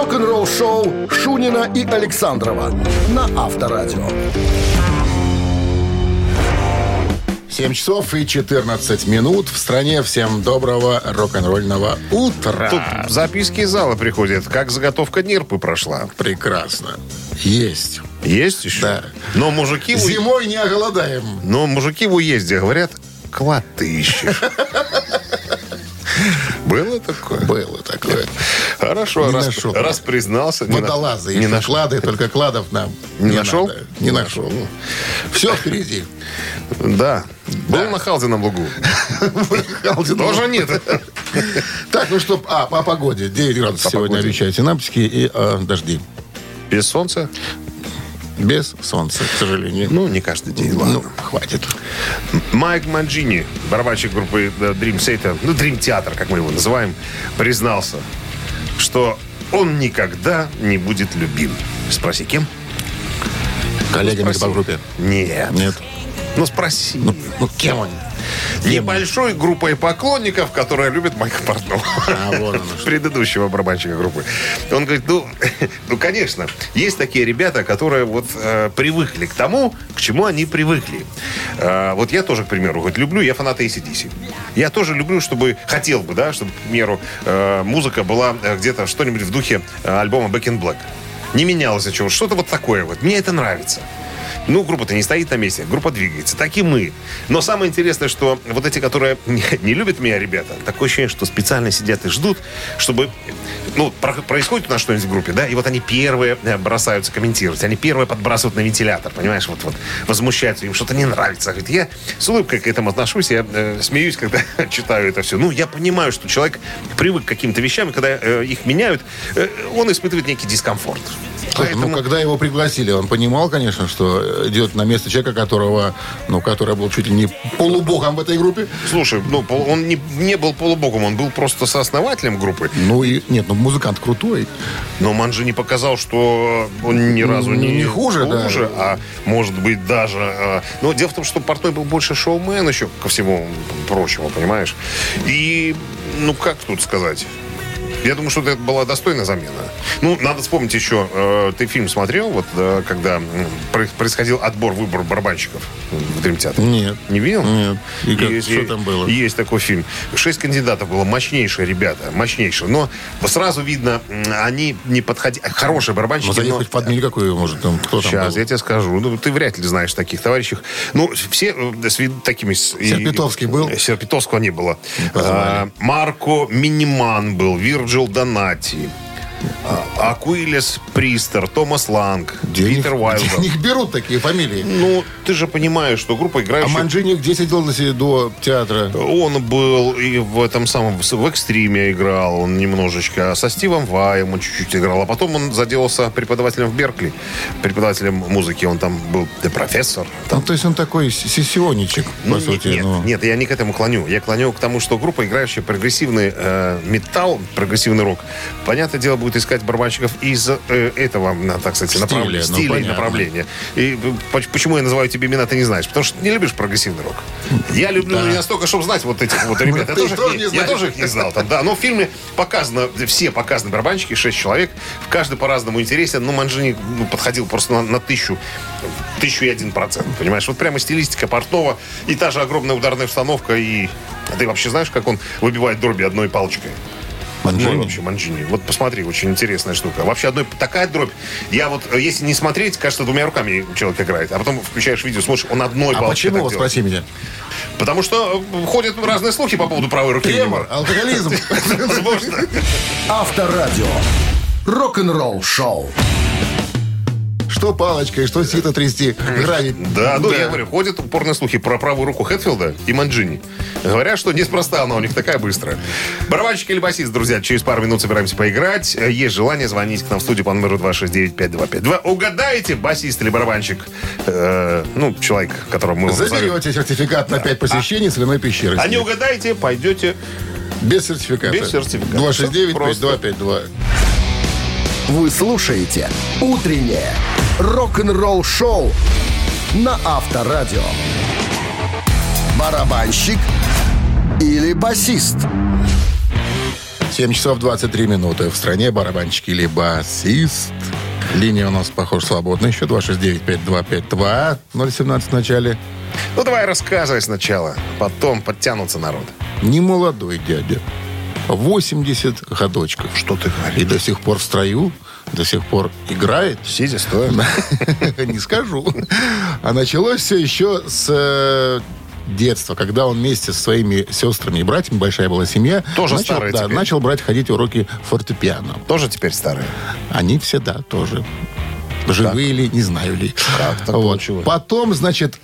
Рок-н-ролл-шоу Шунина и Александрова на Авторадио. 7 часов и 14 минут. В стране. Всем доброго рок-н-ролльного утра. Тут записки из зала приходят. Как заготовка нерпы прошла? Прекрасно. Есть. Есть еще? Да. Но мужики... Зимой не оголодаем. Но мужики в уезде говорят, клад ты ищешь. Было такое? Было такое. Хорошо, Не нашел. раз признался. Водолазы не ищут нашел. клады, только кладов нам Не нашел? надо. Не нашел. Все впереди. Да. Был на Халдином лугу. Тоже нет. Так, ну что, по погоде. 9 градусов сегодня обещают синаптики и дожди. Без солнца? Без солнца, к сожалению. Ну, не каждый день, ладно. Хватит. Майк Манджини, барабанщик группы Dream Theater, Dream Theater, как мы его называем, признался, что он никогда не будет любим. Спроси, кем? Коллегами по группе? Нет. Нет. Ну, спроси. Ну, кем он? Небольшой группой поклонников, которая любит Майка Портнова. Вот оно что. Предыдущего барабанщика группы. Он говорит, ну, конечно, есть такие ребята, которые вот привыкли к тому, к чему они привыкли. Вот я тоже, к примеру, хоть люблю, я фанат AC/DC. Я тоже люблю, хотел бы, да, чтобы, к примеру, музыка была где-то что-нибудь в духе альбома Back in Black. Не менялось ничего, что-то вот такое вот. Мне это нравится. Ну, группа-то не стоит на месте, группа двигается. Так и мы. Но самое интересное, что вот эти, которые не любят меня, ребята, такое ощущение, что специально сидят и ждут, чтобы... Ну, происходит у нас что-нибудь в группе, да, и вот они первые бросаются комментировать. Они первые подбрасывают на вентилятор, понимаешь, вот возмущаются, им что-то не нравится. Говорит, я с улыбкой к этому отношусь, я смеюсь, когда читаю это все. Ну, я понимаю, что человек привык к каким-то вещам, и когда их меняют, он испытывает некий дискомфорт. Поэтому... Ну, когда его пригласили, он понимал, конечно, что идет на место человека, который был чуть ли не полубогом в этой группе. Слушай, он не был полубогом, он был просто сооснователем группы. Музыкант крутой. Но Манджини показал, что он ни разу не хуже, да. А может быть даже... Но дело в том, что Портной был больше шоумен еще, ко всему прочему, понимаешь? И, как тут сказать... Я думаю, что это была достойная замена. Ну, надо вспомнить еще, ты фильм смотрел, вот когда происходил выбор барабанщиков в Dream Theater? Нет. Не видел? Нет. И что там было? Есть такой фильм. 6 кандидатов было, мощнейшие ребята, мощнейшие. Но сразу видно, они не подходили. Хорошие барабанщики. Может, они хоть подмели какую, может, там, кто там Сейчас, был? я тебе скажу. Ну, ты вряд ли знаешь таких товарищей. Ну, все такими... Серпитовский был? Серпитовского не было. Марко Миниман был, Вирджил Донати, Акуилес Пристер, Томас Ланг, Питер Уайлдер. Где них берут такие фамилии? Ну, ты же понимаешь, что группа играющая... А Манджини где сидел до театра? Он был и в этом самом... В «Экстриме» играл он немножечко. Со Стивом Ваем он чуть-чуть играл. А потом он заделался преподавателем в Беркли. Преподавателем музыки. Он там был профессор. Там. Ну, то есть он такой сессионничек, по сути. Нет, я не к этому клоню. Я клоню к тому, что группа, играющая прогрессивный металл, прогрессивный рок, понятное дело, будет искать барабанщиков из этого, так сказать, стиля и направления. И почему я называю тебе имена, ты не знаешь. Потому что не любишь прогрессивный рок. Я люблю не настолько, чтобы знать вот этих вот ребят. Я тоже их не знал. Но в фильме все показаны барабанщики, 6 человек. Каждый по-разному интересен. Но Манджини подходил просто на 1001%. Понимаешь? Вот прямо стилистика Портнова и та же огромная ударная установка. И ты вообще знаешь, как он выбивает дроби одной палочкой? Манджини. Вот посмотри, очень интересная штука. Вообще такая дробь. Я вот, если не смотреть, кажется, двумя руками человек играет. А потом включаешь видео, смотришь, он одной палочкой. А почему, спроси меня? Потому что ходят разные слухи по поводу правой руки. Тремор, алкоголизм. Возможно. Авторадио. Рок-н-ролл шоу. Что палочкой, что сито трясти, гравить. Да, я говорю, ходят упорные слухи про правую руку Хэтфилда и Манджини. Говорят, что неспроста она у них такая быстрая. Барабанщик или басист, друзья, через пару минут собираемся поиграть. Есть желание, звонить к нам в студию по номеру 269-5252. Угадаете, басист или барабанщик? Человек, которого мы... Заберете сертификат на 5 посещений соляной пещеры. А не угадаете, пойдете... Без сертификата. 269-5252. Вы слушаете «Утреннее рок-н-ролл-шоу» на Авторадио. Барабанщик или басист? 7 часов 23 минуты. В стране барабанщик или басист. Линия у нас, похоже, свободная. Еще 269-5252. 017 в начале. Ну, давай рассказывай сначала. Потом подтянутся народ. Немолодой дядя. 80 годочков. Что ты говоришь? И до сих пор в строю. До сих пор играет. Сидя, стоя. Не скажу. А началось все еще с детства, когда он вместе со своими сестрами и братьями, большая была семья, тоже старые теперь. Начал брать ходить уроки фортепиано. Тоже теперь старые? Они все, да, тоже. Живые ли, не знаю ли. Как так получилось? Потом, значит,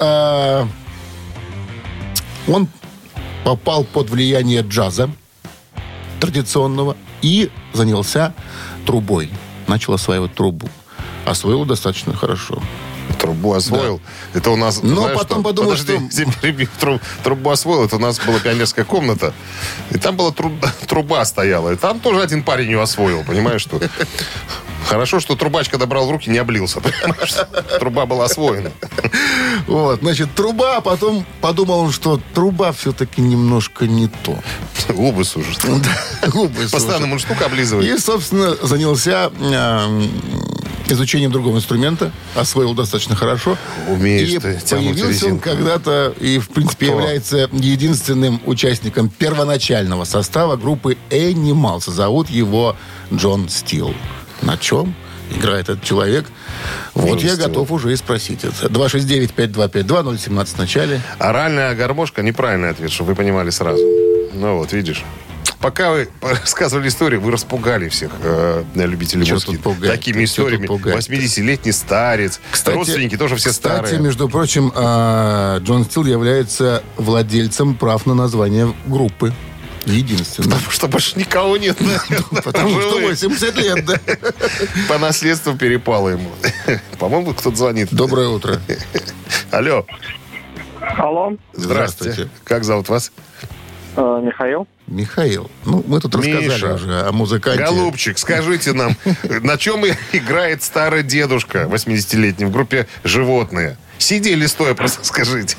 он попал под влияние джаза традиционного и занялся трубой. Начал осваивать трубу. Освоил достаточно хорошо. Трубу освоил. Да. Это у нас... Но знаешь, потом что? подумал, Подожди, трубу освоил. Это у нас была пионерская комната. И там была труба стояла. И там тоже один парень ее освоил. Понимаешь, что... Хорошо, что трубач, когда брал в руки, не облился. Труба была освоена. Вот, значит, труба, а потом подумал он, что труба все-таки немножко не то. Губы сужит. Губы сужит. Постоянно мундштук облизывает. И, собственно, занялся изучением другого инструмента. Освоил достаточно хорошо. Умеешь и ты тянуть появился он резинку. когда-то и, в принципе, является единственным участником первоначального состава группы Animals. Зовут его Джон Стил. На чем играет этот человек? Вот я готов уже и спросить это. 269-5252, 017 в начале. Оральная гармошка — неправильный ответ, чтобы вы понимали сразу. Ну вот, видишь. Пока вы рассказывали историю, вы распугали всех любителей музыки такими историями. 80-летний старец, кстати, родственники тоже все старые. Кстати, между прочим, Джон Стил является владельцем прав на название группы. Единственное. Потому что больше никого нет. Потому что 80 лет, да. По наследству перепало ему. По-моему, кто-то звонит. Доброе утро. Алло. Алло. Здравствуйте. Как зовут вас? Михаил. Михаил. Ну, мы тут рассказали уже о музыканте. Голубчик, скажите нам, на чем играет старый дедушка 80-летний в группе «Животные»? Сидя или стоя, просто скажите.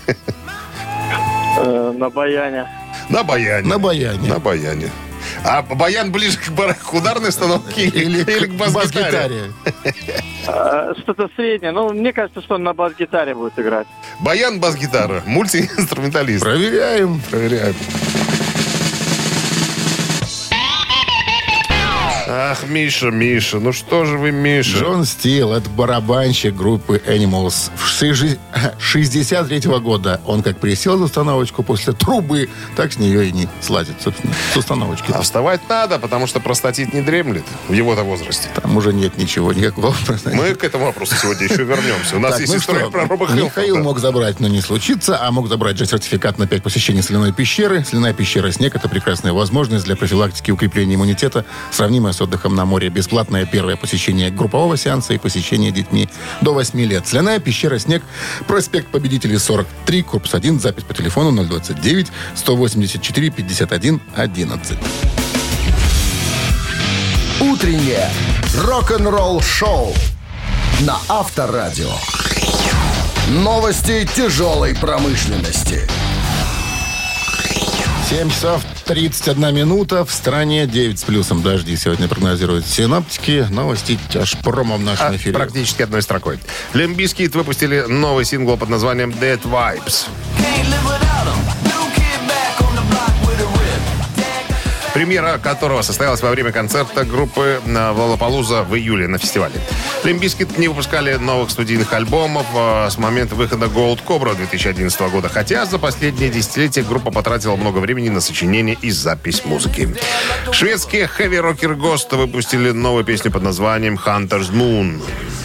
На баяне. На баяне. На баяне. На баяне. А баян ближе к ударной установке или к бас-гитаре? Что-то среднее. Ну, мне кажется, что он на бас-гитаре будет играть. Баян, бас-гитара. Мультиинструменталист. Проверяем. Проверяем. Ах, Миша, ну что же вы, Миша? Джон Стил, это барабанщик группы Animals. С 63-го года он как присел за установочку после трубы, так с нее и не слазит, собственно, с установочки. А вставать надо, потому что простатит не дремлет в его-то возрасте. Там уже нет ничего, никакого простатита. Мы к этому вопросу сегодня еще вернемся. У нас есть история про Роба Хелфа. Михаил мог забрать, но не случится, а мог забрать же сертификат на 5 посещений соляной пещеры. Соляная пещера «Снег» — это прекрасная возможность для профилактики и укрепления иммунитета, сравнимая с отдыхом на море. Бесплатное первое посещение группового сеанса и посещение детьми до 8 лет. Соляная пещера «Снег», проспект Победителей, 43, корпус 1, запись по телефону 029-184-51-11. Утреннее рок-н-ролл-шоу на Авторадио. Новости тяжелой промышленности. 7 часов 31 минута. В стране 9 с плюсом дожди. Сегодня прогнозируют синоптики. Новости тяжпрома в нашем эфире. Практически одной строкой. Limp Bizkit выпустили новый сингл под названием Dead Vibes. Премьера которого состоялась во время концерта группы Лоллапалуза в июле на фестивале. Limp Bizkit не выпускали новых студийных альбомов с момента выхода Gold Cobra 2011 года, хотя за последние десятилетия группа потратила много времени на сочинение и запись музыки. Шведские хэви-рокер Ghost выпустили новую песню под названием Hunter's Moon.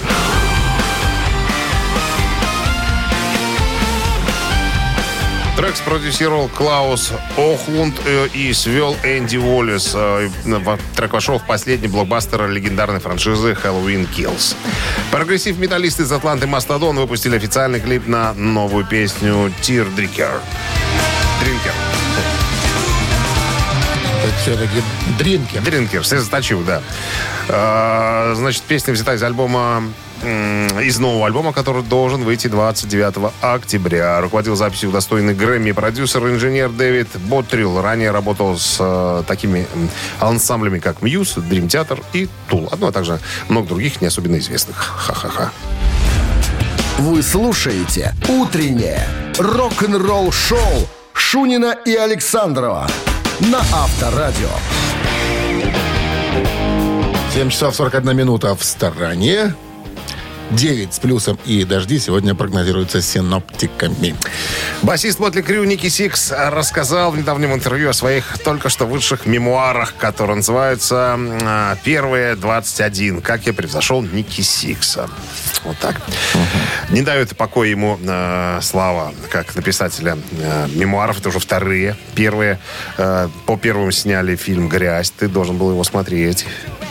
Трек спродюсировал Клаус Охлунд и свел Энди Уоллес. Трек вошел в последний блокбастер легендарной франшизы Halloween Kills. Прогрессив-металлисты из Атланты Мастодон выпустили официальный клип на новую песню Teardrinker. Все-таки Дринкер. Дринкер, слезоточив, да. Значит, песня взята из альбома из нового альбома, который должен выйти 29 октября. Руководил записью удостоенный Грэмми продюсер и инженер Дэвид Боттрилл. Ранее работал с такими ансамблями, как Мьюз, Dream Theater и Tool. А также много других не особенно известных. Ха-ха-ха. Вы слушаете «Утреннее рок-н-ролл-шоу» Шунина и Александрова на Авторадио. 7 часов 41 минута в стороне. 9 с плюсом и дожди сегодня прогнозируются синоптиками. Басист Мотли Крю Ники Сикс рассказал в недавнем интервью о своих только что вышедших мемуарах, которые называются «Первые 21. Как я превзошел Ники Сикса». Вот так. Не дает покоя ему слава как написателя мемуаров. Это уже вторые. Первые. По первым сняли фильм «Грязь». Ты должен был его смотреть.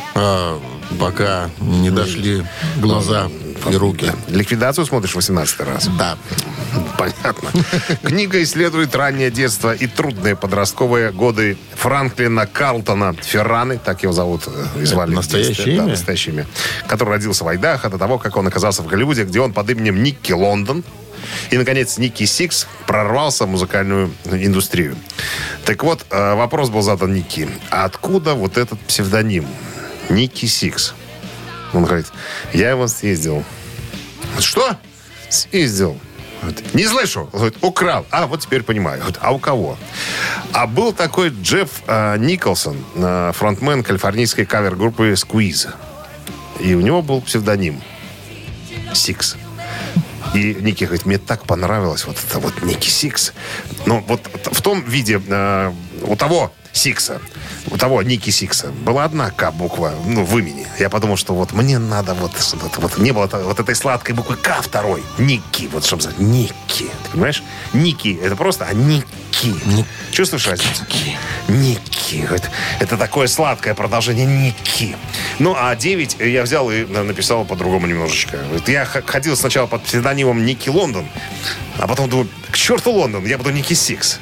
Пока не дошли глаза и руки. Ликвидацию смотришь 18 раз? Да. Понятно. Книга исследует раннее детство и трудные подростковые годы Франклина Карлтона Ферраны, так его зовут, и звали. Настоящее имя? Да, настоящее имя. Который родился в Айдахо до того, как он оказался в Голливуде, где он под именем Никки Лондон. И, наконец, Ники Сикс прорвался в музыкальную индустрию. Так вот, вопрос был задан Ники. А откуда вот этот псевдоним? Ники Сикс. Он говорит, я его съездил. Что? Съездил. Не слышу. Он говорит, украл. А, вот теперь понимаю. Говорит, а у кого? А был такой Джефф Николсон, фронтмен калифорнийской кавер-группы Squeeze. И у него был псевдоним Сикс. И Ники говорит, мне так понравилось вот это вот Ники Сикс. Но вот в том виде у того Сикса, у того Ники Сикса была одна К буква, в имени. Я подумал, что вот мне надо вот не было вот этой сладкой буквы К второй. Ники, вот чтобы сказать, Ники. Ты понимаешь? Ники, это просто, а Ники. Чувствуешь разницу? Ники. Это такое сладкое продолжение Ники. Ну, а 9 я взял и написал по-другому немножечко. Я ходил сначала под псевдонимом Ники Лондон, а потом думаю, к черту Лондон, я буду Ники Сикс.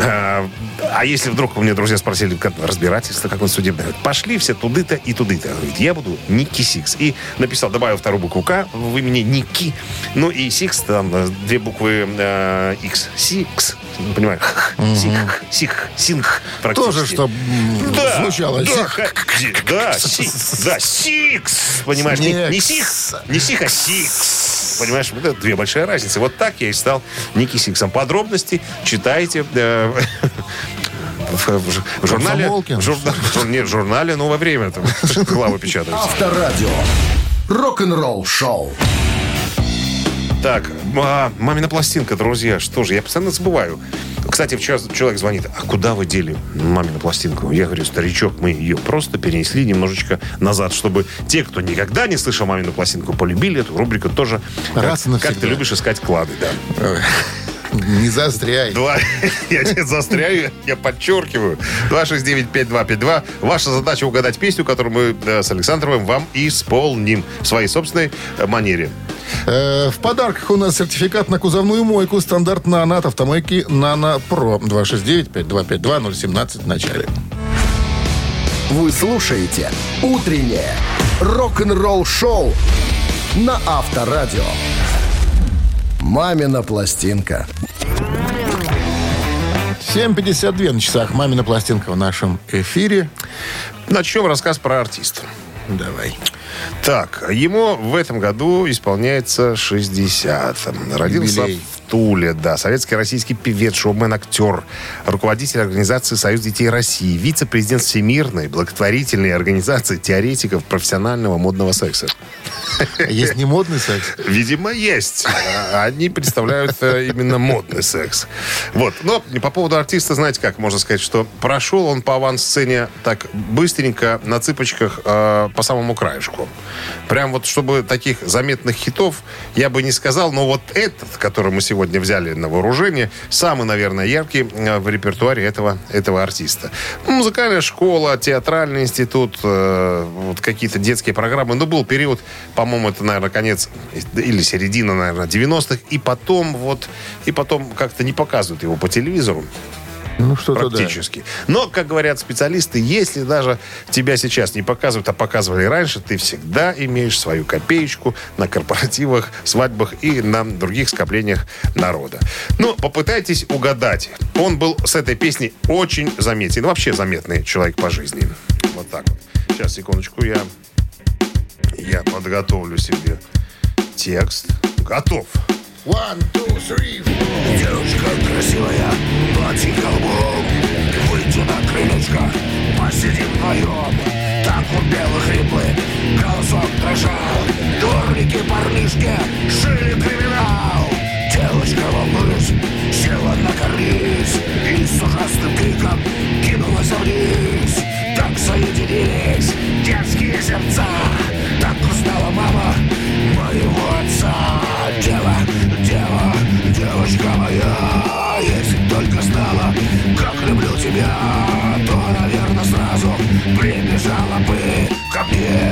А если вдруг у меня друзья спросили, как разбирательство, как он судебное, пошли все туды-то и туды-то. Говорит, я буду Ники Сикс. И написал, добавил вторую букву К в имени Ники. Ну и Сикс, там две буквы X. Сикс. Не понимаю. Сик. Синг. Тоже, чтобы звучало. Да, Сикс. Понимаешь, не Сих, а Сикс. Понимаешь, вот это две большие разницы. Вот так я и стал Ники Сиксом. Подробности читайте в журнале. В журнале «Новое время». Там главы печатаются. Авторадио. Рок-н-ролл шоу. Так, мамина пластинка, друзья. Что же, я постоянно забываю. Кстати, вчера человек звонит. А куда вы дели мамину пластинку? Я говорю, старичок, мы ее просто перенесли немножечко назад, чтобы те, кто никогда не слышал мамину пластинку, полюбили эту рубрику тоже. Как ты любишь искать клады, да. Не заостряй. Я не заостряю, я подчеркиваю. 269-5252. Ваша задача угадать песню, которую мы с Александровым вам исполним в своей собственной манере. В подарках у нас сертификат на кузовную мойку стандарт «Нано» от автомойки «Нано Про». 269-5252-017 в начале. Вы слушаете «Утреннее рок-н-ролл-шоу» на Авторадио. «Мамина пластинка». 7:52 на часах. «Мамина пластинка» в нашем эфире. Начнем рассказ про артиста. Давай. Так, ему в этом году исполняется 60. Родился Юбилей. в Туле, да. Советский российский певец, шоумен, актер, руководитель организации «Союз детей России», вице-президент Всемирной благотворительной организации теоретиков профессионального модного секса. Есть не модный секс? Видимо, есть. Они представляют именно модный секс. Вот. Но по поводу артиста, знаете как, можно сказать, что прошел он по авансцене так быстренько, на цыпочках, по самому краешку. Прям вот, чтобы таких заметных хитов я бы не сказал, но вот этот, который мы сегодня взяли на вооружение, самый, наверное, яркий в репертуаре этого артиста. Музыкальная школа, театральный институт, вот какие-то детские программы. Но был период, по-моему, это, наверное, конец или середина, наверное, 90-х. И потом как-то не показывают его по телевизору. Ну, что-то практически. Но, как говорят специалисты, если даже тебя сейчас не показывают, а показывали раньше, ты всегда имеешь свою копеечку на корпоративах, свадьбах и на других скоплениях народа. Ну, попытайтесь угадать. Он был с этой песней очень заметен. Вообще заметный человек по жизни. Вот так вот. Сейчас, секундочку, я подготовлю себе текст. Готов. 1, 2, 3, 4. Девушка красивая, платье голубом, выйди на крылечко, посидим вдвоем. Так у белых хриплый голосок дрожал. Дворники, парнишки, шили криминал. Девочка, волнуясь, села на карниз и с ужасным криком кинулась вниз. Так соединились детские сердца. Так узнала мама моего отца. Девочка моя, если только знала, как люблю тебя, то, наверное, сразу прибежала бы ко мне.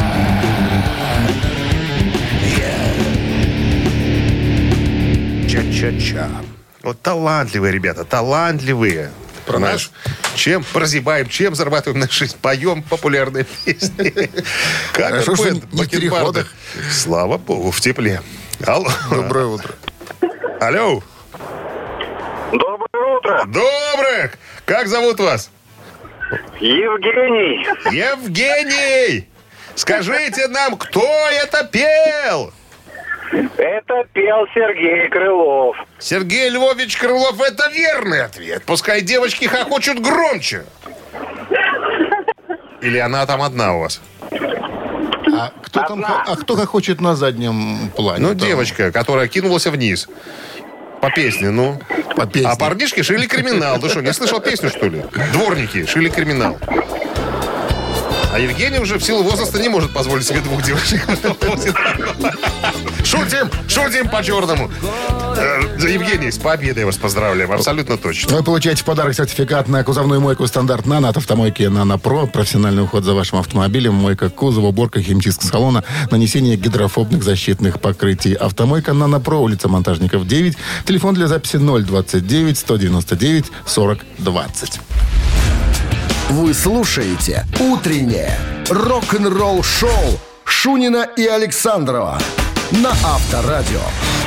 Ча-ча-ча. Вот талантливые ребята, талантливые. Понимаешь? Чем прозябаем, чем зарабатываем на жизнь? Поем популярные песни. Хорошо, что не в переходах. Слава богу, в тепле. Алло. Доброе утро. Алло. Доброе утро. Доброе. Как зовут вас? Евгений. Евгений. Скажите нам, кто это пел? Это пел Сергей Крылов. Сергей Львович Крылов, это верный ответ. Пускай девочки хохочут громче. Или она там одна у вас? А кто хохочет на заднем плане? Ну, там? девочка, которая кинулась вниз. По песне, ну. По песне. А парнишки шили криминал. Ты что, не слышал песню, что ли? Дворники шили криминал. А Евгений уже в силу возраста не может позволить себе двух девушек. Шутим по-черному. Евгений, с победой вас поздравляем. Абсолютно точно. Вы получаете в подарок сертификат на кузовную мойку «Стандарт Нано» от автомойки «Нано Про». Профессиональный уход за вашим автомобилем, мойка кузова, уборка, химчистка салона, нанесение гидрофобных защитных покрытий. Автомойка «Нано Про», улица Монтажников, 9. Телефон для записи 029-199-40-20. Вы слушаете «Утреннее рок-н-ролл-шоу» Шунина и Александрова на Авторадио.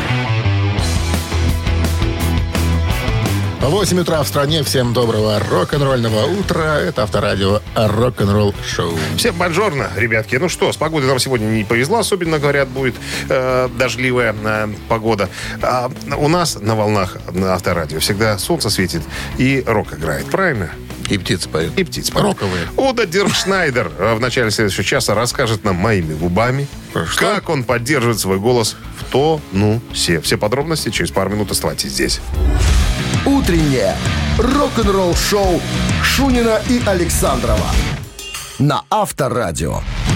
8 утра в стране. Всем доброго рок-н-ролльного утра. Это Авторадио рок-н-ролл шоу. Всем бонжорно, ребятки. Ну что, с погодой нам сегодня не повезло. Особенно, говорят, будет дождливая погода. А у нас на волнах на Авторадио всегда солнце светит и рок играет. Правильно? И птицы поют. И птицы поют. Роковые. Уда Диркшнайдер в начале следующего часа расскажет нам моими губами, как он поддерживает свой голос в тонусе. Все подробности через пару минут. Оставайтесь здесь. Утреннее рок-н-ролл-шоу Шунина и Александрова на Авторадио.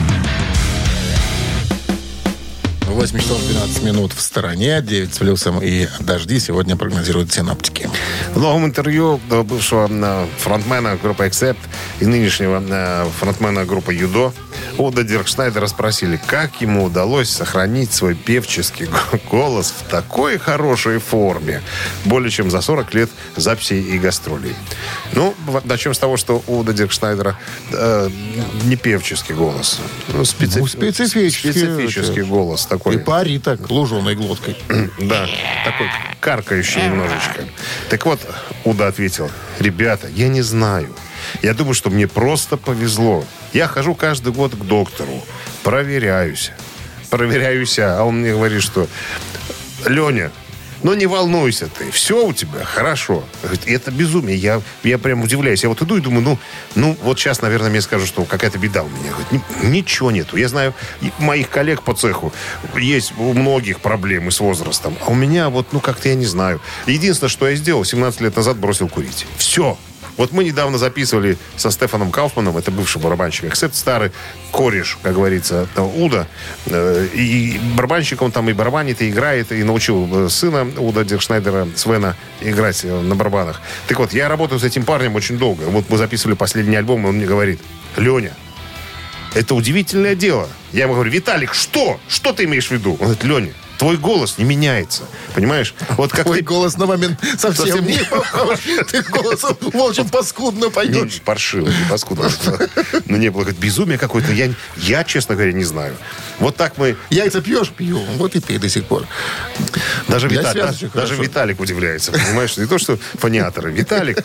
8 часов 12 минут в стороне, 9 с плюсом и дожди сегодня прогнозируют синоптики. В новом интервью бывшего фронтмена группы Accept и нынешнего фронтмена группы Юдо Уда Диркшнайдера спросили, как ему удалось сохранить свой певческий голос в такой хорошей форме более чем за 40 лет записей и гастролей. Ну, начнем с того, что у Уда Диркшнайдера не певческий голос. Ну, специфический голос такой. И пари так, луженой глоткой. Да, такой каркающий немножечко. Так вот, Уда ответил, ребята, я не знаю. Я думаю, что мне просто повезло. Я хожу каждый год к доктору, проверяюсь, а он мне говорит, что Леня, ну не волнуйся ты, все у тебя хорошо. Говорит, это безумие, я прям удивляюсь. Я вот иду и думаю, ну вот сейчас, наверное, мне скажут, что какая-то беда у меня. Говорит, ничего нету. Я знаю, моих коллег по цеху есть у многих проблемы с возрастом. А у меня вот, как-то я не знаю. Единственное, что я сделал, 17 лет назад бросил курить. Все. Вот мы недавно записывали со Стефаном Кауфманом, это бывший барабанщик, Accept, старый кореш, как говорится, Уда. И барабанщик он там и барабанит, и играет, и научил сына Уда Диркшнайдера, Свена, играть на барабанах. Так вот, я работаю с этим парнем очень долго. Вот мы записывали последний альбом, и он мне говорит, Леня, это удивительное дело. Я ему говорю, Виталик, что? Что ты имеешь в виду? Он говорит, Леня, твой голос не меняется. Понимаешь? Вот как Твой ты... голос на момент совсем не похож. Ты голосом волчьим паскудно поешь. Паршиво, не паскудно. Но не было безумие какое-то. Я, честно говоря, не знаю. Вот так мы... Яйца пьешь? Пью. Вот и пей до сих пор. Даже Для связочек даже хорошо. Виталик удивляется. Понимаешь? Не то, что фониаторы. Виталик.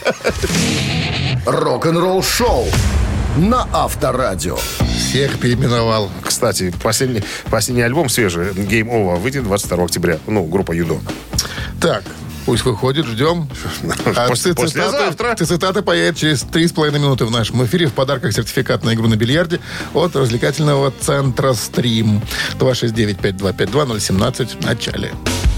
Рок-н-ролл шоу на Авторадио. Всех переименовал. Кстати, последний альбом свежий, Game Over, выйдет 22 октября. Ну, группа Юдо. Так, пусть выходит, ждем. Послезавтра. Цитаты появят через 3,5 минуты в нашем эфире. В подарках сертификат на игру на бильярде от развлекательного центра «Стрим». 269-5252-017 в начале.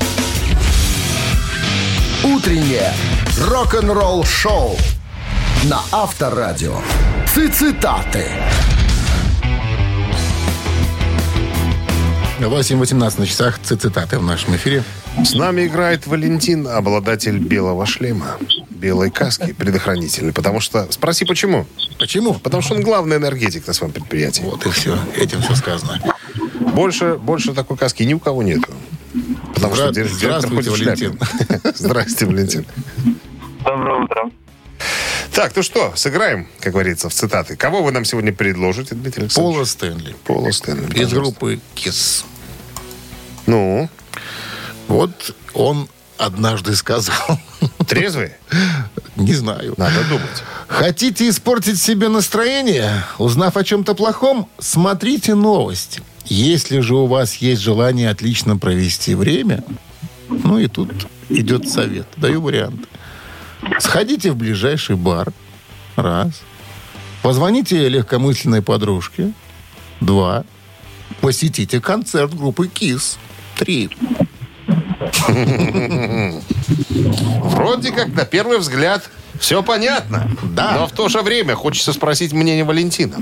Утреннее рок-н-ролл шоу на Авторадио. Цитаты. 8:18 на часах. Цитаты в нашем эфире. С нами играет Валентин, обладатель белого шлема, белой каски предохранительной. Потому что... Спроси, почему? Почему? Потому что он главный энергетик на своем предприятии. Вот и все. Этим все сказано. Больше такой каски ни у кого нету. Потому что директор Здравствуйте, ходит в шляпе. Валентин. Здравствуйте, Валентин. Доброе утро. Так, ну что, сыграем, как говорится, в цитаты. Кого вы нам сегодня предложите, Дмитрий Александрович? Пола Стэнли. Пола Стэнли. Из пожалуйста. группы KISS. Ну, Вот он однажды сказал... трезвый? Не знаю. Надо думать. Хотите испортить себе настроение? Узнав о чем-то плохом, смотрите новости. Если же у вас есть желание отлично провести время, ну и тут идет совет. Даю вариант. Сходите в ближайший бар. Раз. Позвоните легкомысленной подружке. Два. Посетите концерт группы KISS. Три. Вроде как на первый взгляд все понятно. Да. Но в то же время хочется спросить мнение Валентина.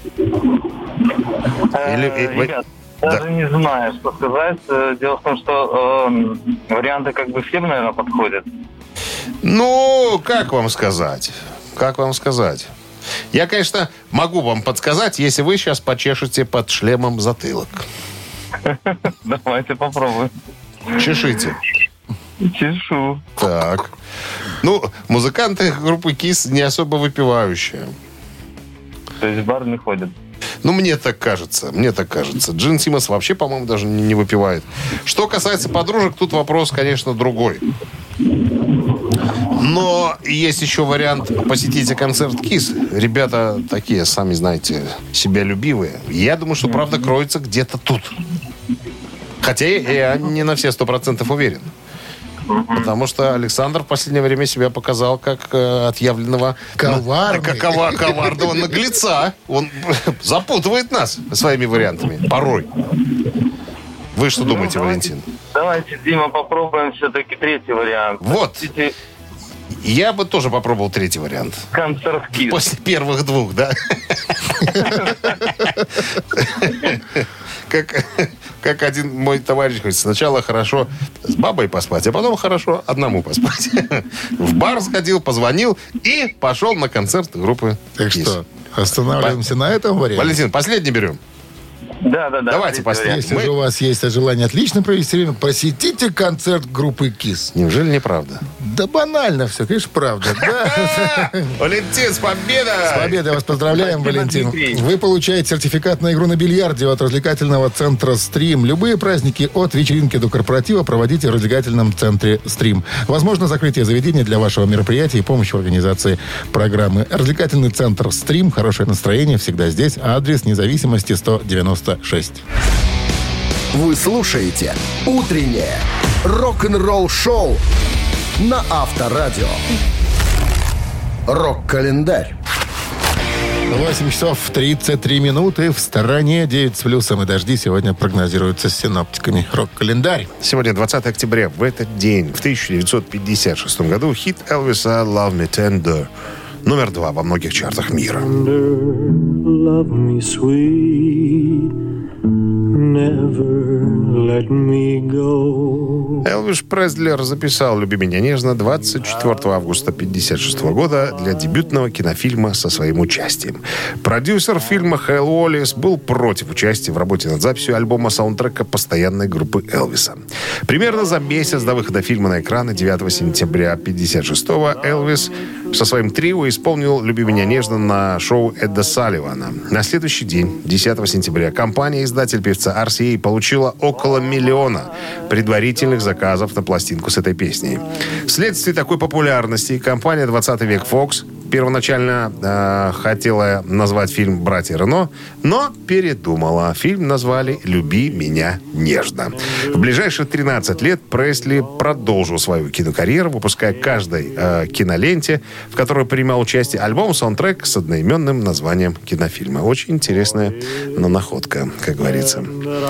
Ребят, даже не знаю, что сказать. Дело в том, что варианты как бы всем, наверное, подходят. Ну, как вам сказать? Как вам сказать? Я, конечно, могу вам подсказать, если вы сейчас почешете под шлемом затылок. Давайте попробуем. Чешите. Чешу. Так. Ну, музыканты группы KISS не особо выпивающие. То есть в бар не ходят. Ну, мне так кажется. Джин Симмонс вообще, по-моему, даже не выпивает. Что касается подружек, тут вопрос, конечно, другой. Но есть еще вариант посетить концерт KISS. Ребята такие, сами знаете, себялюбивые. Я думаю, что правда кроется где-то тут. Хотя я не на все 100% уверен. Потому что Александр в последнее время себя показал как отъявленного... коварного наглеца. Он запутывает нас своими вариантами. Порой. Вы что думаете, Валентин? Давайте, Дима, попробуем все-таки третий вариант. Вот. Я бы тоже попробовал третий вариант. Концерт KISS. После первых двух, да? Как один мой товарищ говорит, сначала хорошо с бабой поспать, а потом хорошо одному поспать. В бар сходил, позвонил и пошел на концерт группы Так KISS. что, останавливаемся на этом варианте. Валентин, последний берем. Да. Давайте последний. Если же у вас есть желание отлично провести время, посетите концерт группы KISS. Неужели неправда? Да банально все, конечно, правда. Да. Валентин, с победой! С победой вас поздравляем, Спасибо, Валентин. Дмитрий. Вы получаете сертификат на игру на бильярде от развлекательного центра «Стрим». Любые праздники от вечеринки до корпоратива проводите в развлекательном центре «Стрим». Возможно, закрытие заведения для вашего мероприятия и помощь в организации программы. Развлекательный центр «Стрим». Хорошее настроение всегда здесь. Адрес Независимости 196. Вы слушаете «Утреннее рок-н-ролл-шоу» на Авторадио. Рок-календарь. 8 часов 33 минуты. В стороне 9 с плюсом и дожди сегодня прогнозируются с синоптиками. Рок-календарь. Сегодня 20 октября. В этот день, в 1956 году, хит Элвиса «Love Me Tender» номер 2 во многих чартах мира. Love me sweet, never let me go. Элвис Преслер записал «Люби меня нежно» 24 августа 1956 года для дебютного кинофильма со своим участием. Продюсер фильма Хэл Уоллес был против участия в работе над записью альбома-саундтрека постоянной группы Элвиса. Примерно за месяц до выхода фильма на экраны 9 сентября 1956-го Элвис со своим трио исполнил «Люби меня нежно» на шоу Эда Салливана. На следующий день, 10 сентября, компания-издатель певца RCA получила около 1 миллиона предварительных заказов на пластинку с этой песней. Вследствие такой популярности компания «20 век Fox» первоначально хотела назвать фильм «Братья Рено», но передумала. Фильм назвали «Люби меня нежно». В ближайшие 13 лет Пресли продолжил свою кинокарьеру, выпуская каждой киноленте, в которой принимал участие, альбом-саундтрек с одноименным названием кинофильма. Очень интересная находка, как говорится.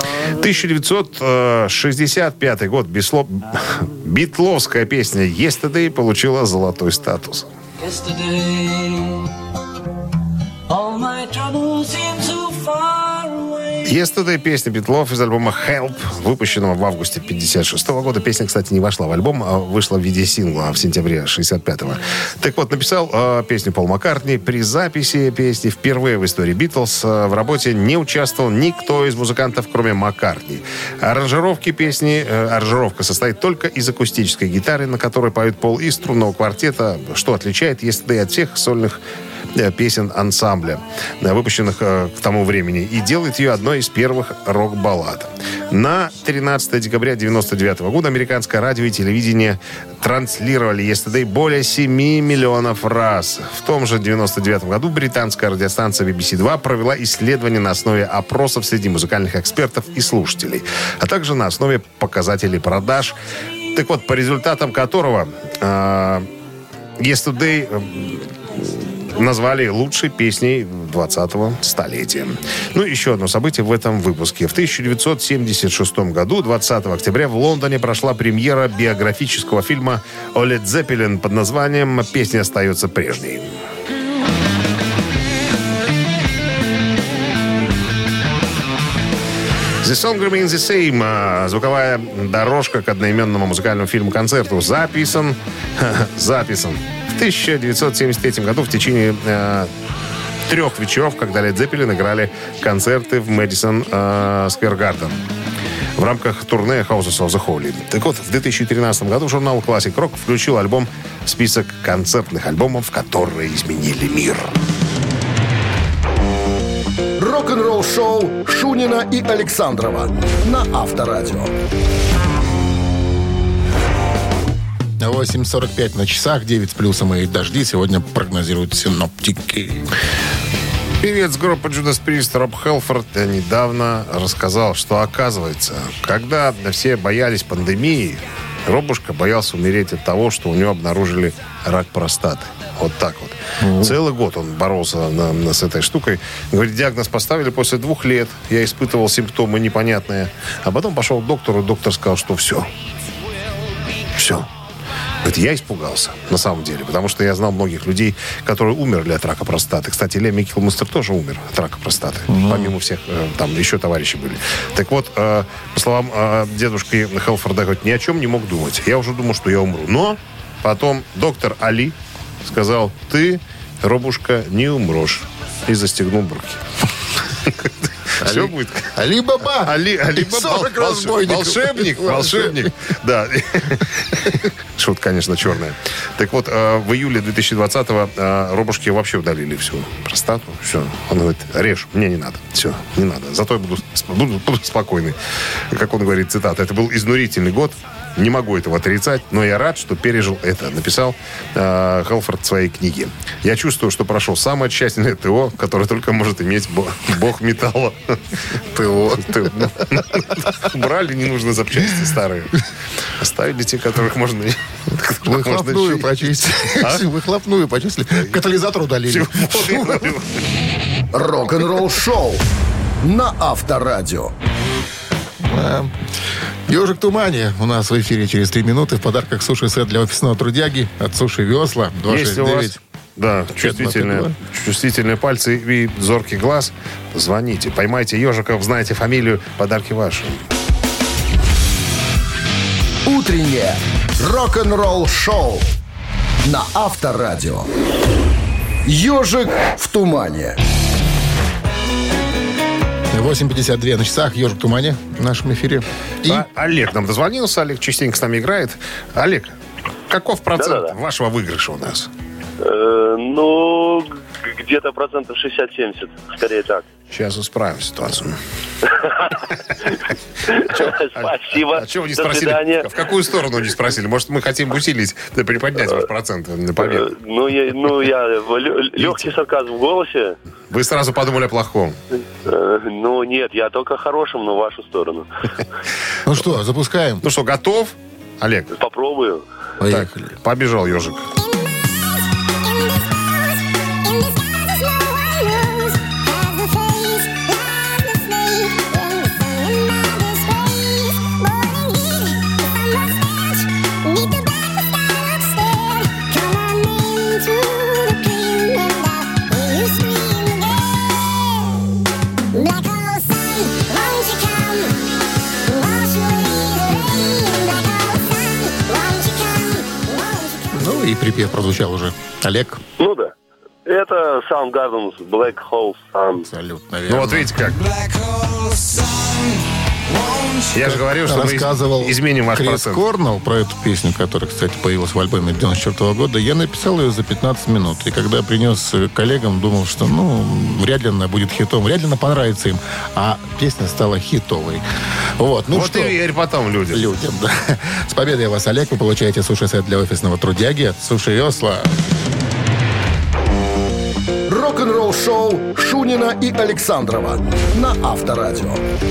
1965 год. Битловская песня «Yesterday» получила золотой статус. «Yesterday» — песня Битлов из альбома «Help», выпущенного в августе 1956 года. Песня, кстати, не вошла в альбом, а вышла в виде сингла в сентябре 1965-го. Так вот, написал песню Пол Маккартни. При записи песни впервые в истории Битлз в работе не участвовал никто из музыкантов, кроме Маккартни. Аранжировка состоит только из акустической гитары, на которой поет Пол, и струнного квартета, что отличает «Yesterday» от всех сольных песен ансамбля, выпущенных к тому времени, и делает ее одной из первых рок-баллад. На 13 декабря 1999 года американское радио и телевидение транслировали «Yesterday» более 7 миллионов раз. В том же 1999 году британская радиостанция BBC2 провела исследование на основе опросов среди музыкальных экспертов и слушателей, а также на основе показателей продаж. Так вот, по результатам которого «Yesterday» назвали лучшей песней 20-го столетия. Ну, еще одно событие в этом выпуске. В 1976 году, 20 октября, в Лондоне прошла премьера биографического фильма о Led Zeppelin под названием «Песня остается прежней». «The Song Remains the Same» — звуковая дорожка к одноименному музыкальному фильму-концерту записан в 1973 году в течение 3 вечеров, когда Led Zeppelin играли концерты в Madison Square Garden в рамках турне Houses of the Holy. Так вот, в 2013 году журнал Classic Rock включил альбом в список концертных альбомов, которые изменили мир. Рок-н-ролл-шоу Шунина и Александрова на Авторадио. 8:45 на часах, 9 с плюсом и дожди сегодня прогнозируют синоптики. Певец группы Judas Priest Роб Хелфорд недавно рассказал, что, оказывается, когда все боялись пандемии, Робушка боялся умереть от того, что у него обнаружили рак простаты. Вот так вот. Целый год он боролся с этой штукой. Говорит, диагноз поставили после 2 лет. Я испытывал симптомы непонятные. А потом пошел к доктору, и доктор сказал, что все. Говорит, я испугался, на самом деле, потому что я знал многих людей, которые умерли от рака простаты. Кстати, Лемми Килмистер тоже умер от рака простаты. Помимо всех, там еще товарищи были. Так вот, по словам дедушки Хелфорда, говорит, ни о чем не мог думать. Я уже думал, что я умру. Но потом доктор Али сказал, ты, Робушка, не умрешь. И застегнул брюки. Все будет. Али-Баба! Али-Баба! Волшебник. Да. Шутка, конечно, черная. Так вот, в июле 2020-го Робушке вообще удалили всю простату. Все. Он говорит, режь, мне не надо. Все, не надо. Зато я буду спокойный. Как он говорит, цитата, это был изнурительный год. Не могу этого отрицать, но я рад, что пережил это, написал Хелфорд в своей книге. Я чувствую, что прошел самое тщательное ТО, которое только может иметь бог металла. ТО. Убрали ненужные запчасти старые. Оставили те, которых можно... Выхлопную почистили. Катализатор удалили. Рок-н-ролл-шоу на Авторадио. «Ежик в тумане» у нас в эфире через 3 минуты. В подарках суши-сет для офисного трудяги от Суши Весла. 269. Да, чувствительные пальцы и зоркий глаз. Звоните, поймайте ежика, узнаете фамилию, подарки ваши. Утреннее рок-н-ролл-шоу на Авторадио. «Ежик в тумане». 8:52 на часах. «Ежик в тумане» в нашем эфире. И Олег нам дозвонился. Олег частенько с нами играет. Олег, каков процент вашего выигрыша у нас? Ну, где-то 60-70%, скорее так. Сейчас исправим ситуацию. Спасибо. А что вы не До спросили? свидания. В какую сторону не спросили? Может, мы хотим усилить, да, приподнять ваш процент на победу? Легкий сарказм в голосе. Вы сразу подумали о плохом. Ну, нет, я только о хорошем, но в вашу сторону. ну что, запускаем? Ну что, готов? Олег, Попробую. Поехали. побежал ежик. Ну и припев прозвучал уже. Олег. Ну да. Это Soundgarden, Black Hole Sun. Абсолютно верно. Ну вот видите как. Я же говорил, что рассказывал мы изменим ваш Крис процент. Корнелл про эту песню, которая, кстати, появилась в альбоме 94 года. Я написал ее за 15 минут. И когда принес коллегам, думал, что, вряд ли она будет хитом, вряд ли она понравится им. А песня стала хитовой. Вот, Вот что? и верь потом людям. Да. С победой вас, Олег. Вы получаете суши-сет для офисного трудяги от Суши Осло. Рок-н-ролл-шоу Шунина и Александрова на Авторадио.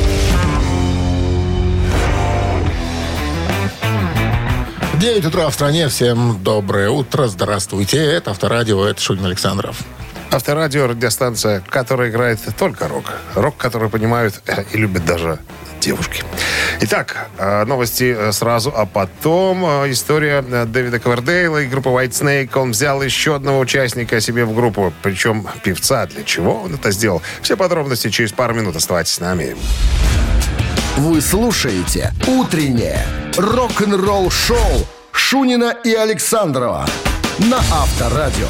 9 утра в стране. Всем доброе утро. Здравствуйте. Это Авторадио. Это Шунин Александров. Авторадио, радиостанция, которая играет только рок. Рок, который понимают и любят даже девушки. Итак, новости сразу, а потом история Дэвида Ковердейла и группы White Snake. Он взял еще одного участника себе в группу, причем певца. Для чего он это сделал? Все подробности через пару минут. Оставайтесь с нами. Вы слушаете «Утреннее рок-н-ролл-шоу» Шунина и Александрова на Авторадио.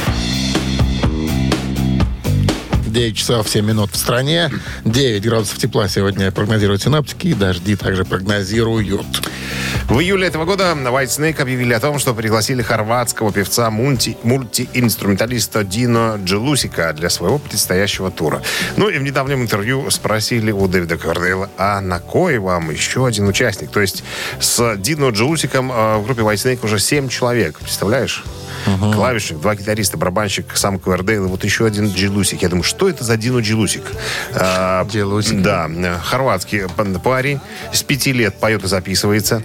9 часов 7 минут в стране. 9 градусов тепла сегодня прогнозируют синоптики. И дожди также прогнозируют. В июле этого года White Snake объявили о том, что пригласили хорватского певца мультиинструменталиста Дино Джелусика для своего предстоящего тура. Ну и в недавнем интервью спросили у Дэвида Ковердейла, а на кой вам еще один участник? То есть с Дино Джелусиком в группе White Snake уже 7 человек. Представляешь? Клавишник, 2 гитариста, барабанщик, сам Ковердейл и вот еще один Джелусик. Я думаю, что это за Дино Джелусик? Джелусик. Да, хорватский парень, с 5 лет поет и записывается.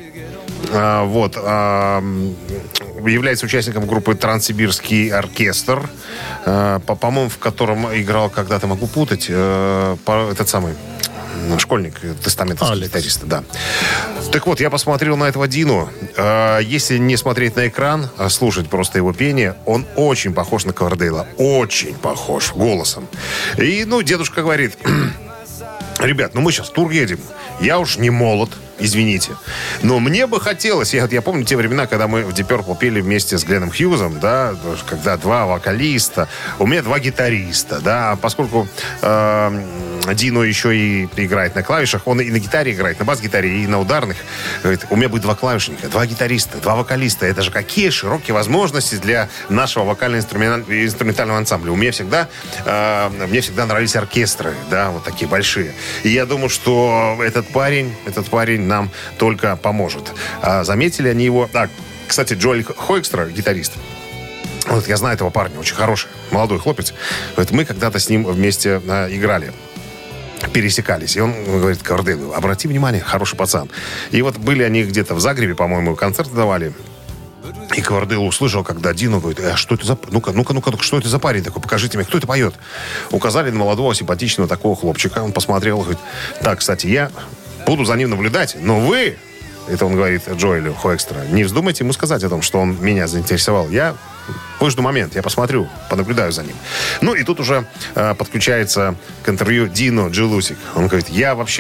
Является участником группы «Транссибирский оркестр», по-моему, в котором играл когда-то, могу путать, этот самый школьник, тестаментовский гитарист, да. Так вот, я посмотрел на этого Дину. Если не смотреть на экран, а слушать просто его пение, он очень похож на Ковердейла. Очень похож голосом. И, дедушка говорит: ребят, мы сейчас в тур едем. Я уж не молод, извините. Но мне бы хотелось, я помню те времена, когда мы в Deep Purple пели вместе с Гленном Хьюзом, да, когда 2 вокалиста, у меня 2 гитариста, да, поскольку Дино еще и играет на клавишах, он и на гитаре играет, на бас-гитаре, и на ударных. Говорит, у меня будет 2 клавишника, 2 гитариста, 2 вокалиста. Это же какие широкие возможности для нашего вокально-инструментального ансамбля. Мне всегда нравились оркестры, да, вот такие большие. И я думаю, что этот парень нам только поможет. Заметили они его... Кстати, Джоэль Хоэкстра, гитарист, вот я знаю этого парня, очень хороший, молодой хлопец. Вот мы когда-то с ним вместе играли, пересекались. И он говорит Ковердейлу: обрати внимание, хороший пацан. И вот были они где-то в Загребе, по-моему, концерты давали. И Ковердейл услышал, когда Дино говорит: что это за... Ну-ка, что это за парень такой? Покажите мне, кто это поет? Указали на молодого, симпатичного такого хлопчика. Он посмотрел, говорит: так, кстати, я буду за ним наблюдать, но вы... Это он говорит Джоэлю Хоэкстра: не вздумайте ему сказать о том, что он меня заинтересовал. Я выжду момент, я посмотрю, понаблюдаю за ним. Ну и тут уже подключается к интервью Дино Джелусик. Он говорит: я вообще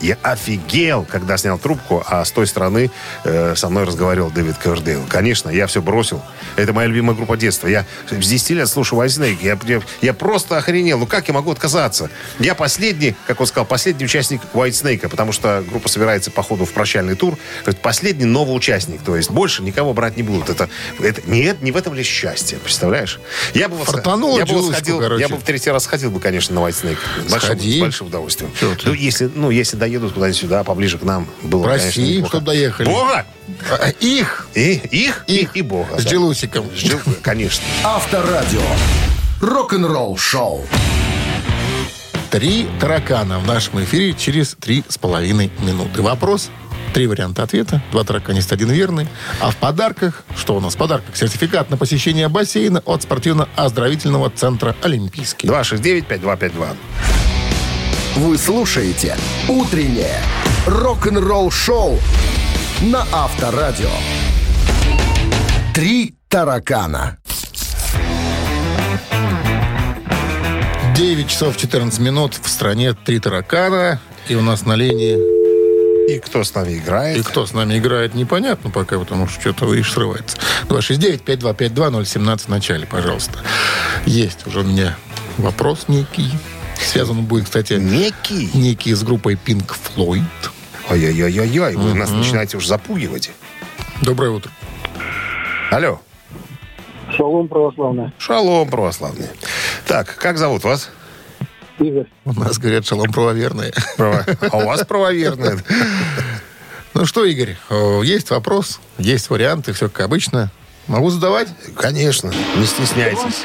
Я офигел, когда снял трубку, а с той стороны со мной разговаривал Дэвид Ковердейл. Конечно, я все бросил. Это моя любимая группа детства. Я с 10 лет слушаю White Snake. Я просто охренел. Ну как я могу отказаться? Я последний, как он сказал, последний участник White Snake, потому что группа собирается по ходу в прощальный тур. Последний новый участник. То есть больше никого брать не будут. Это нет, не в этом ли счастье, представляешь? Я бы Фартануло Джелусику, короче. Я бы в 3-й раз сходил бы, конечно, на White Snake. С большим удовольствием. Если доедут куда-нибудь сюда, поближе к нам, было, России, конечно, чтобы доехали. Бога! Их И Бога. с Джелусиком. Конечно. Авторадио. Рок-н-ролл шоу. 3 таракана в нашем эфире через 3,5 минуты. Вопрос, 3 варианта ответа, 2 тараканиста, 1 верный. А в подарках, что у нас в подарках? Сертификат на посещение бассейна от спортивно-оздоровительного центра «Олимпийский». 269-5252. Вы слушаете «Утреннее рок-н-ролл-шоу» на Авторадио. 3 таракана. 9 часов 14 минут. В стране 3 таракана. И у нас на линии... И кто с нами играет? И кто с нами играет, непонятно пока, потому что что-то, видишь, срывается. 269-5252-017 в начале, пожалуйста. Есть уже у меня вопрос некий. Связан он будет, кстати... Некий с группой Pink Floyd. Ой-ой-ой-ой, вы нас начинаете уже запугивать. Доброе утро. Алло. Шалом православный. Шалом православный. Так, как зовут вас? Игорь. У нас, говорят, шалом правоверные. А у вас правоверные. Ну что, Игорь, есть вопрос, есть варианты, все как обычно. Могу задавать? Конечно, не стесняйтесь.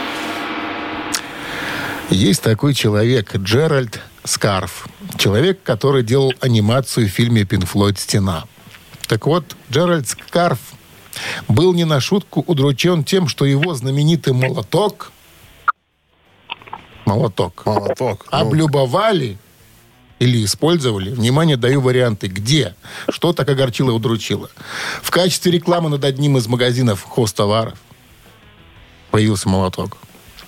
Есть такой человек, Джеральд Скарф. Человек, который делал анимацию в фильме Pink Floyd «Стена». Так вот, Джеральд Скарф был не на шутку удручен тем, что его знаменитый молоток облюбовали или использовали. Внимание, даю варианты. Где? Что так огорчило и удручило? В качестве рекламы над одним из магазинов хозтоваров появился молоток.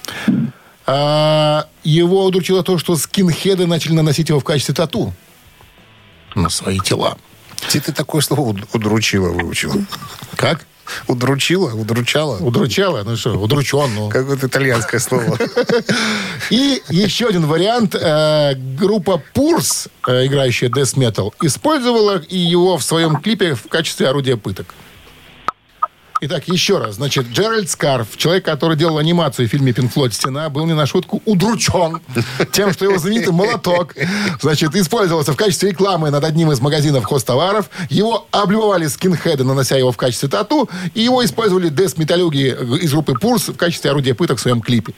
Его удручило то, что скинхеды начали наносить его в качестве тату на свои тела. Где ты такое слово удручило выучил? Как? Удручало? Удручало? Ну что, удручен. Ну. Какое-то итальянское слово. И еще один вариант. Группа Пурс, играющая Death Metal, использовала его в своем клипе в качестве орудия пыток. Итак, еще раз. Значит, Джеральд Скарф, человек, который делал анимацию в фильме Pink Floyd «Стена», был не на шутку удручен тем, что его знаменитый молоток, значит, использовался в качестве рекламы над одним из магазинов хозтоваров. Его облюбовали скинхеды, нанося его в качестве тату, и его использовали дэс-металюги из группы Пурс в качестве орудия пыток в своем клипе.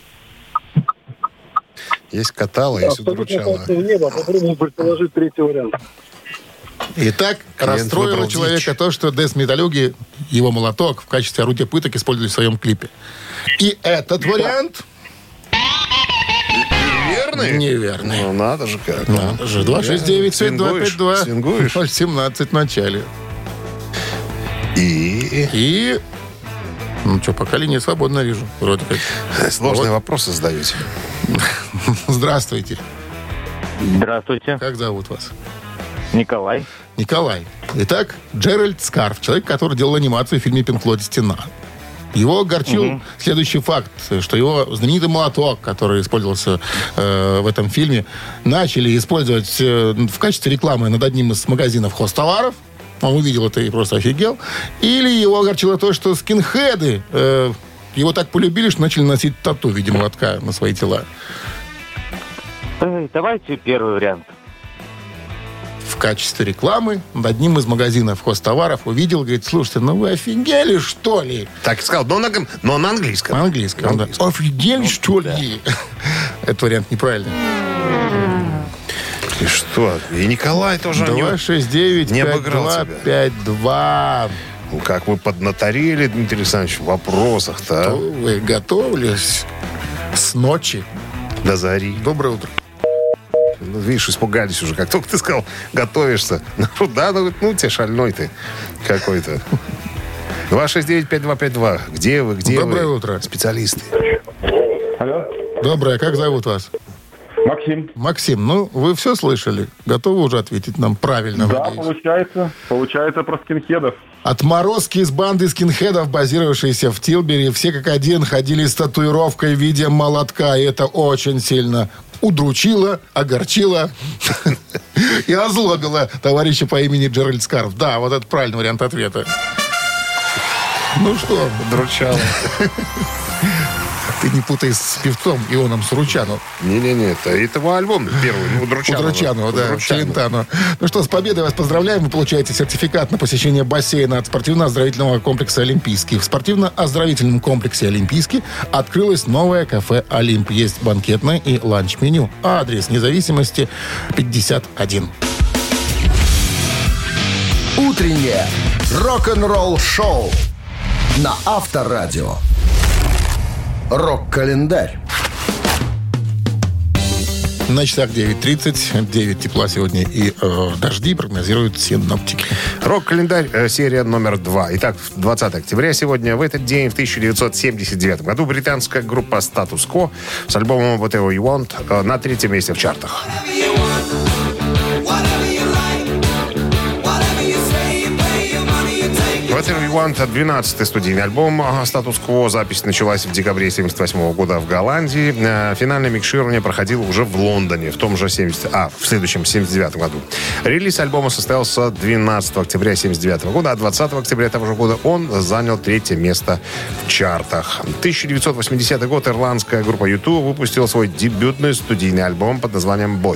Есть катало, есть удручало. Попробуем предположить 3-й вариант. Итак, расстроило человека то, что дэс-металюги, его молоток, в качестве орудия пыток использовали в своем клипе. И этот вариант... Неверный? Неверный. Ну, надо же как. Надо же. 269-5252. Свингуешь? 017 в начале. И... Ну что, пока линия свободна, вижу. Вроде как. Сложные вопросы задаете. Здравствуйте. Здравствуйте. Как зовут вас? Николай. Николай. Итак, Джеральд Скарф, человек, который делал анимацию в фильме Pink Floyd «Стена». Его огорчил следующий факт, что его знаменитый молоток, который использовался в этом фильме, начали использовать в качестве рекламы над одним из магазинов хозтоваров. Он увидел это и просто офигел. Или его огорчило то, что скинхеды его так полюбили, что начали носить тату в виде молотка на свои тела. Давайте первый вариант. В качестве рекламы над одним из магазинов хозтоваров увидел, говорит, слушайте, ну вы офигели, что ли? Так и сказал, но на английском. На английском, да. Офигели, что ли? Этот вариант неправильный. И что? И Николай тоже 269-5252. Ну, как вы поднаторели, Дмитрий Александрович, в вопросах-то, а? Вы готовились с ночи. До зари. Доброе утро. Ну, видишь, испугались уже. Как только ты сказал, готовишься. Да, ну тебе шальной ты какой-то. 269-5252. Где вы? Доброе утро. Специалисты. Алло. Доброе. Как зовут вас? Максим. Максим, ну, вы все слышали? Готовы уже ответить нам правильно? Да, надеюсь? получается про скинхедов. Отморозки из банды скинхедов, базировавшиеся в Тилбери, все как один ходили с татуировкой в виде молотка. И это очень сильно удручило, огорчило и озлобило товарища по имени Джеральд Скарф. Да, вот это правильный вариант ответа. Ну что? Удручало. Ты не путай с певцом Ионом Суручану. Не-не-не, это его альбом первый. Удручану, да, Челентано. Ну что, с победой вас поздравляем. Вы получаете сертификат на посещение бассейна от спортивно-оздоровительного комплекса «Олимпийский». В спортивно-оздоровительном комплексе «Олимпийский» открылось новое кафе «Олимп». Есть банкетное и ланч-меню. Адрес Независимости 51. Утреннее рок-н-ролл-шоу на Авторадио. Рок-календарь. На часах 9:30. 9 тепла сегодня и дожди прогнозируют синоптики. Рок-календарь, серия номер 2. Итак, 20 октября сегодня. В этот день, в 1979 году, британская группа Status Quo с альбомом Whatever You Want на 3-м месте в чартах. Whatever You Want, 12-й студийный альбом Status Quo. Запись началась в декабре 1978 года в Голландии. Финальное микширование проходило уже в Лондоне в том же в следующем 1979 году. Релиз альбома состоялся 12 октября 1979 года, а 20 октября того же года он занял 3-е место в чартах. 1980 год ирландская группа U2 выпустила свой дебютный студийный альбом под названием «Boy».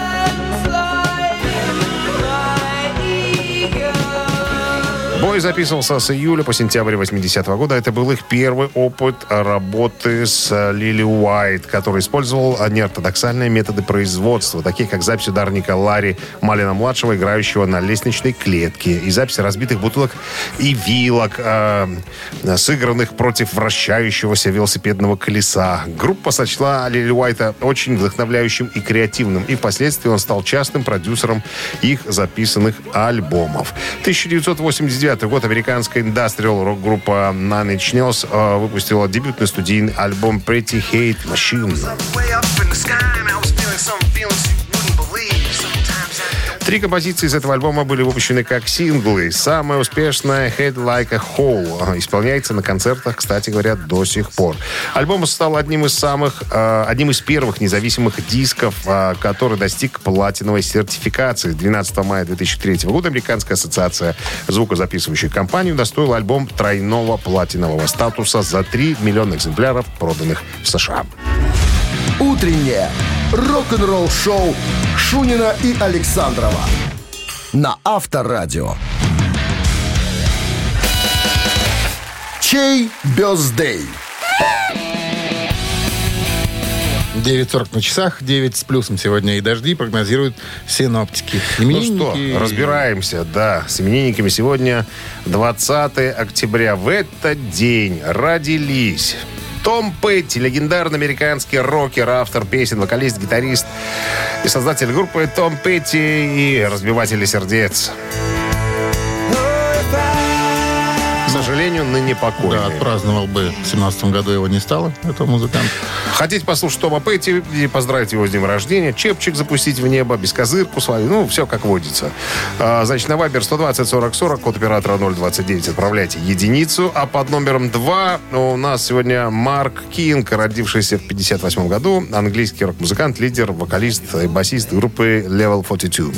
Бой записывался с июля по сентябрь 80-го года. Это был их первый опыт работы с Лили Уайт, который использовал неортодоксальные методы производства, такие как запись ударника Ларри Малина-младшего, играющего на лестничной клетке, и запись разбитых бутылок и вилок, сыгранных против вращающегося велосипедного колеса. Группа сочла Лили Уайта очень вдохновляющим и креативным, и впоследствии он стал частым продюсером их записанных альбомов. 1989 год американская индастриал рок-группа Nine Inch Nails выпустила дебютный студийный альбом Pretty Hate Machine. 3 композиции из этого альбома были выпущены как синглы. Самая успешная «Head Like a Hole» исполняется на концертах, кстати говоря, до сих пор. Альбом стал одним из первых независимых дисков, который достиг платиновой сертификации. 12 мая 2003 года Американская ассоциация звукозаписывающих компаний удостоила альбом тройного платинового статуса за 3 миллиона экземпляров, проданных в США. Утреннее рок-н-ролл-шоу Шунина и Александрова на Авторадио. Чей бёздей? 9:40 на часах, 9 с плюсом сегодня и дожди прогнозируют синоптики. Ну что, разбираемся, да, с именинниками. Сегодня 20 октября. В этот день родились Том Петти, легендарный американский рокер, автор песен, вокалист, гитарист и создатель группы Том Петти и разбиватели сердец. К сожалению, ныне покойный. Да, отпраздновал бы в 17 году, его не стало, этого музыканта. Хотите послушать Тома Петти и поздравить его с днем рождения, чепчик запустить в небо, бескозырку свою, ну, все как водится. Значит, на Viber 120-40-40, код оператора 029, отправляйте единицу, а под номером 2 у нас сегодня Марк Кинг, родившийся в 1958 году, английский рок-музыкант, лидер, вокалист и басист группы Level 42.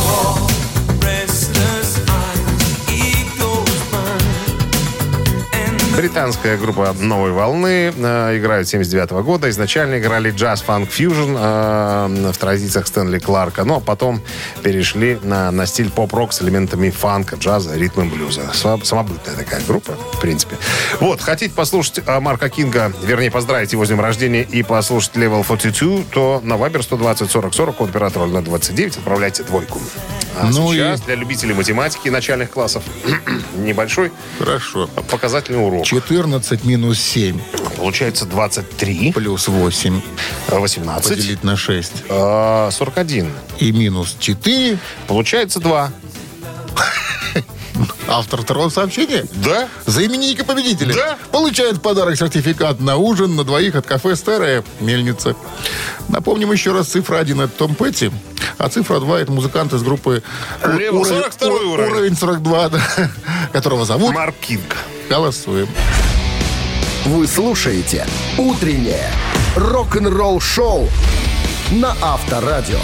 Британская группа «Новой волны» играют с 79 года. Изначально играли джаз-фанк фьюжн в традициях Стэнли Кларка, но потом перешли на стиль поп-рок с элементами фанка, джаза, ритма и блюза. Самобытная такая группа, в принципе. Вот, хотите послушать Марка Кинга, вернее, поздравить его с днем рождения и послушать Level 42, то на Viber 120-40-40, код оператора 029, отправляйте двойку. А сейчас для любителей математики начальных классов небольшой показательный урок. 14 минус 7. Получается 23. Плюс 8. 18. Поделить на 6. 41. И минус 4. Получается 2. Автор второго сообщения? Да. За именинника победителя. Да. Получает в подарок сертификат на ужин на двоих от кафе «Старая мельница». Напомним еще раз, цифра 1 — это Том Петти, а цифра 2 — это музыкант из группы 42-й уровень. Уровень 42, да, которого зовут Марк Кинг. Голосуем. Вы слушаете «Утреннее рок-н-ролл-шоу» на Авторадио.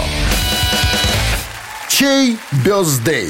Чей бёздей?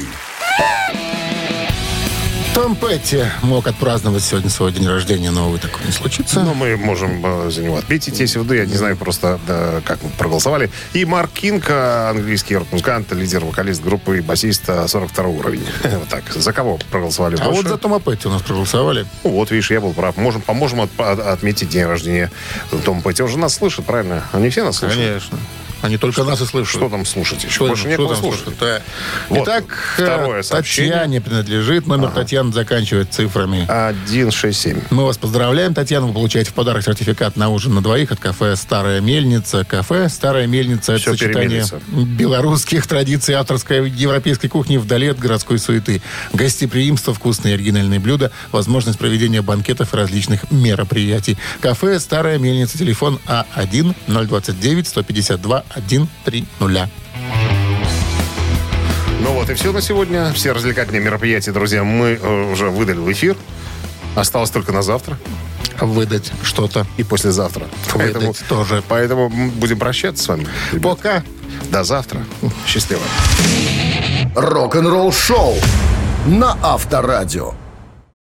Том Петти мог отпраздновать сегодня свой день рождения, но, увы, такого не случится. Но мы можем за него отметить, если вдруг, я не знаю просто, да, как мы проголосовали. И Марк Кинг, английский рок-музыкант, лидер-вокалист группы и басист 42 уровня. Вот так. За кого проголосовали А больше? вот за Тома Петти у нас проголосовали. Ну, вот, видишь, я был прав. Поможем отметить день рождения Тома Петти. Он же нас слышит, правильно? Они все нас слышат? Конечно. Они только нас и слышат. Что там слушать еще? Что Больше там некого слушать? слушать. Да. Вот, Итак, второе сообщение. Татьяне принадлежит. Номер Татьяны заканчивает цифрами 167. Мы вас поздравляем, Татьяна. Вы получаете в подарок сертификат на ужин на двоих от кафе «Старая мельница». Кафе «Старая мельница» — это Всё сочетание перемелится. белорусских традиций авторской европейской кухни вдали от городской суеты. Гостеприимство, вкусные и оригинальные блюда, возможность проведения банкетов и различных мероприятий. Кафе «Старая мельница». Телефон А1-029-152-130. Ну вот и все на сегодня. Все развлекательные мероприятия, друзья, мы уже выдали в эфир. Осталось только на завтра Выдать что-то. и послезавтра. Выдать тоже. Поэтому будем прощаться с вами. ребят. Пока. До завтра. Счастливо. Рок-н-ролл-шоу на Авторадио.